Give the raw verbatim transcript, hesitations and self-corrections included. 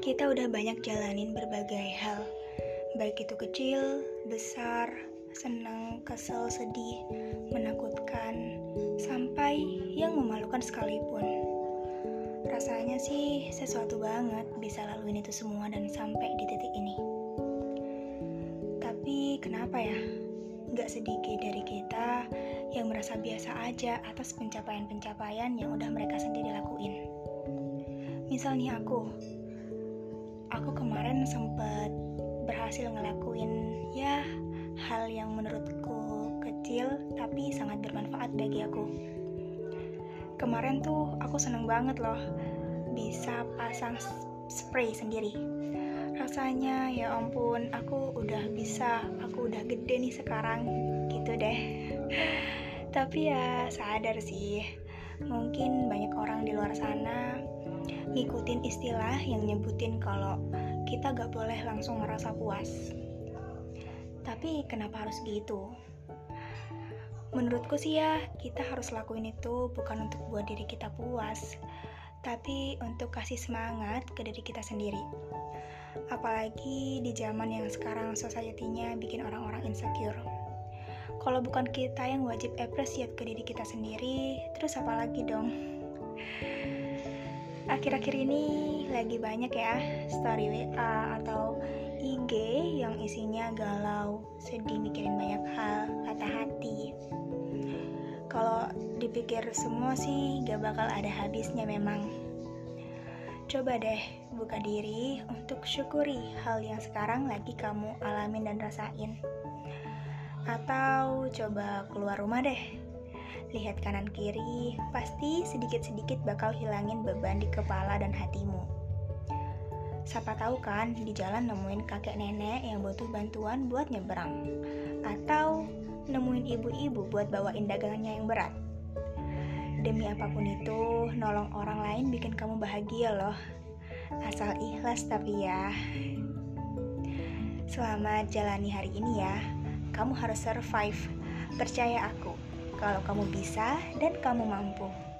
Kita udah banyak jalanin berbagai hal, baik itu kecil, besar, senang, kesel, sedih, menakutkan, sampai yang memalukan sekalipun. Rasanya sih sesuatu banget bisa laluin itu semua dan sampai di titik ini. Tapi kenapa ya, gak sedikit dari kita yang merasa biasa aja atas pencapaian-pencapaian yang udah mereka sendiri lakuin. Misal nih aku, aku kemarin sempet berhasil ngelakuin ya hal yang menurutku kecil tapi sangat bermanfaat bagi aku. Kemarin tuh aku seneng banget loh bisa pasang spray sendiri. Rasanya ya ampun, aku udah bisa, aku udah gede nih sekarang gitu deh. Tapi ya sadar sih, mungkin banyak orang di luar sana ngikutin istilah yang nyebutin kalau kita gak boleh langsung ngerasa puas. Tapi kenapa harus gitu? Menurutku sih ya, kita harus lakuin itu bukan untuk buat diri kita puas, tapi untuk kasih semangat ke diri kita sendiri. Apalagi di zaman yang sekarang society-nya bikin orang-orang insecure. Kalau bukan kita yang wajib appreciate ke diri kita sendiri, terus apa lagi dong? Akhir-akhir ini lagi banyak ya story W A atau I G yang isinya galau, sedih, mikirin banyak hal, patah hati. Kalau dipikir semua sih gak bakal ada habisnya memang. Coba deh buka diri untuk syukuri hal yang sekarang lagi kamu alamin dan rasain. Atau coba keluar rumah deh. Lihat kanan kiri, pasti sedikit-sedikit bakal hilangin beban di kepala dan hatimu. Siapa tahu kan di jalan nemuin kakek nenek yang butuh bantuan buat nyeberang. Atau nemuin ibu-ibu buat bawain dagangannya yang berat. Demi apapun itu, nolong orang lain bikin kamu bahagia loh. Asal ikhlas tapi ya. Selamat jalani hari ini ya. Kamu harus survive. Percaya aku, kalau kamu bisa dan kamu mampu.